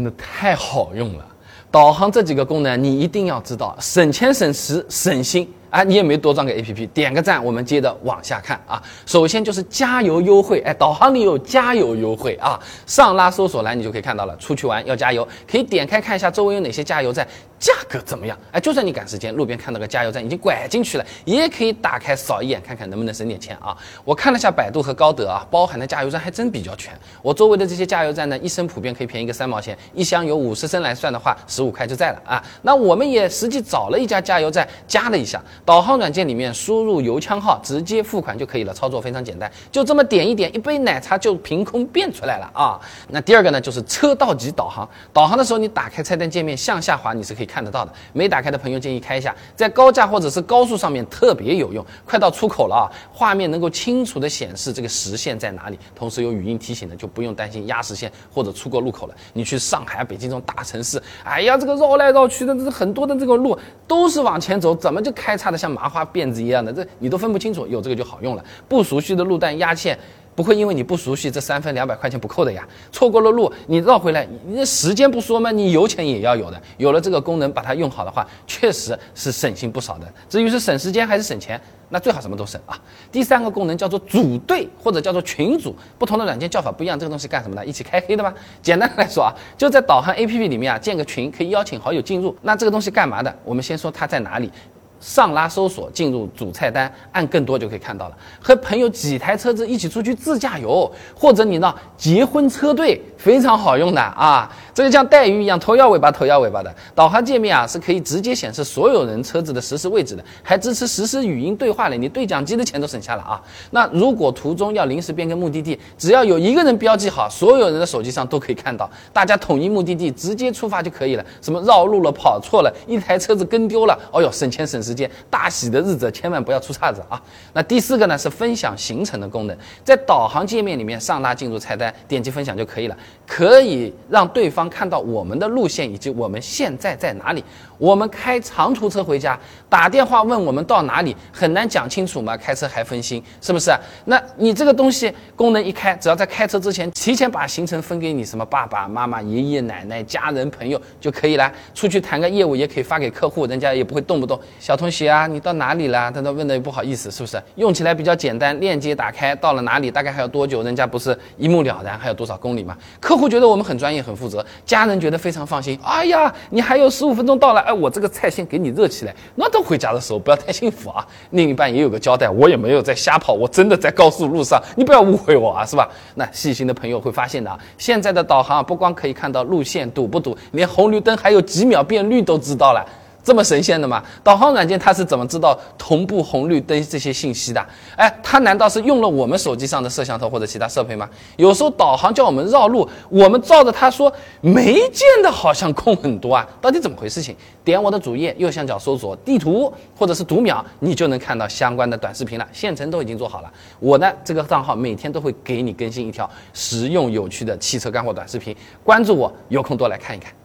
真的太好用了。导航这几个功能你一定要知道，省钱省时省心啊！你也没多装个 APP， 点个赞，我们接着往下看啊。首先就是加油优惠，导航里有加油优惠啊，上拉搜索栏你就可以看到了。出去玩要加油，可以点开看一下周围有哪些加油站，价格怎么样？就算你赶时间，路边看到个加油站已经拐进去了，也可以打开扫一眼，看看能不能省点钱啊。我看了下百度和高德啊，包含的加油站还真比较全。我周围的这些加油站呢，一升普遍可以便宜个3毛钱，一箱有50升来算的话，15块就在了啊。那我们也实际找了一家加油站，加了一下。导航软件里面输入油枪号，直接付款就可以了，操作非常简单，就这么点一点，一杯奶茶就凭空变出来了啊。那第二个呢，就是车道级导航。导航的时候，你打开菜单界面向下滑，你是可以看得到的。没打开的朋友建议开一下，在高架或者是高速上面特别有用。快到出口了啊，画面能够清楚的显示这个实线在哪里，同时有语音提醒的，就不用担心压实线或者出过路口了。你去上海、北京这种大城市，哎呀，这个绕来绕去的，这很多的这个路都是往前走，怎么就开叉的像麻花辫子一样的，这你都分不清楚。有这个就好用了。不熟悉的路段压线不会因为你不熟悉这3分200块钱不扣的呀，错过了路你绕回来，你时间不说吗？你油钱也要有的。有了这个功能，把它用好的话，确实是省心不少的。至于是省时间还是省钱，那最好什么都省啊。第3个功能叫做组队或者叫做群组，不同的软件叫法不一样。这个东西干什么的？一起开黑的吗？简单来说啊，就在导航 APP 里面啊建个群，可以邀请好友进入。那这个东西干嘛的？我们先说它在哪里。上拉搜索进入主菜单，按更多就可以看到了。和朋友几台车子一起出去自驾游，或者你呢结婚车队，非常好用的啊。这个像带鱼一样头摇尾巴的。导航界面啊是可以直接显示所有人车子的实时位置的，还支持实时语音对话了，你对讲机的钱都省下了啊。那如果途中要临时变更目的地，只要有一个人标记好，所有人的手机上都可以看到，大家统一目的地直接出发就可以了。什么绕路了、跑错了、一台车子跟丢了，哦哟，省钱省时间，大喜的日子千万不要出岔子啊。那第4个呢是分享行程的功能，在导航界面里面上拉进入菜单，点击分享就可以了，可以让对方看到我们的路线以及我们现在在哪里。我们开长途车回家，打电话问我们到哪里，很难讲清楚嘛，开车还分心，是不是？那你这个东西功能一开，只要在开车之前提前把行程分给你什么爸爸妈妈、爷爷奶奶、家人朋友就可以了。出去谈个业务也可以发给客户，人家也不会动不动小同学啊，你到哪里了？他都问的不好意思，是不是？用起来比较简单，链接打开，到了哪里，大概还要多久？人家不是一目了然，还有多少公里嘛？客户觉得我们很专业、很负责，家人觉得非常放心。哎呀，你还有15分钟到了，我这个菜先给你热起来，那等回家的时候不要太幸福啊。另一半也有个交代，我也没有在瞎跑，我真的在高速路上，你不要误会我啊，是吧？那细心的朋友会发现的啊，现在的导航不光可以看到路线堵不堵，连红绿灯还有几秒变绿都知道了。这么神仙的吗？导航软件它是怎么知道同步红绿灯这些信息的？它难道是用了我们手机上的摄像头或者其他设备吗？有时候导航叫我们绕路，我们照着它说没见的好像空很多啊，到底怎么回事情？点我的主页右下角搜索地图或者是读秒，你就能看到相关的短视频了，现成都已经做好了。我呢这个账号每天都会给你更新一条实用有趣的汽车干货短视频，关注我，有空多来看一看。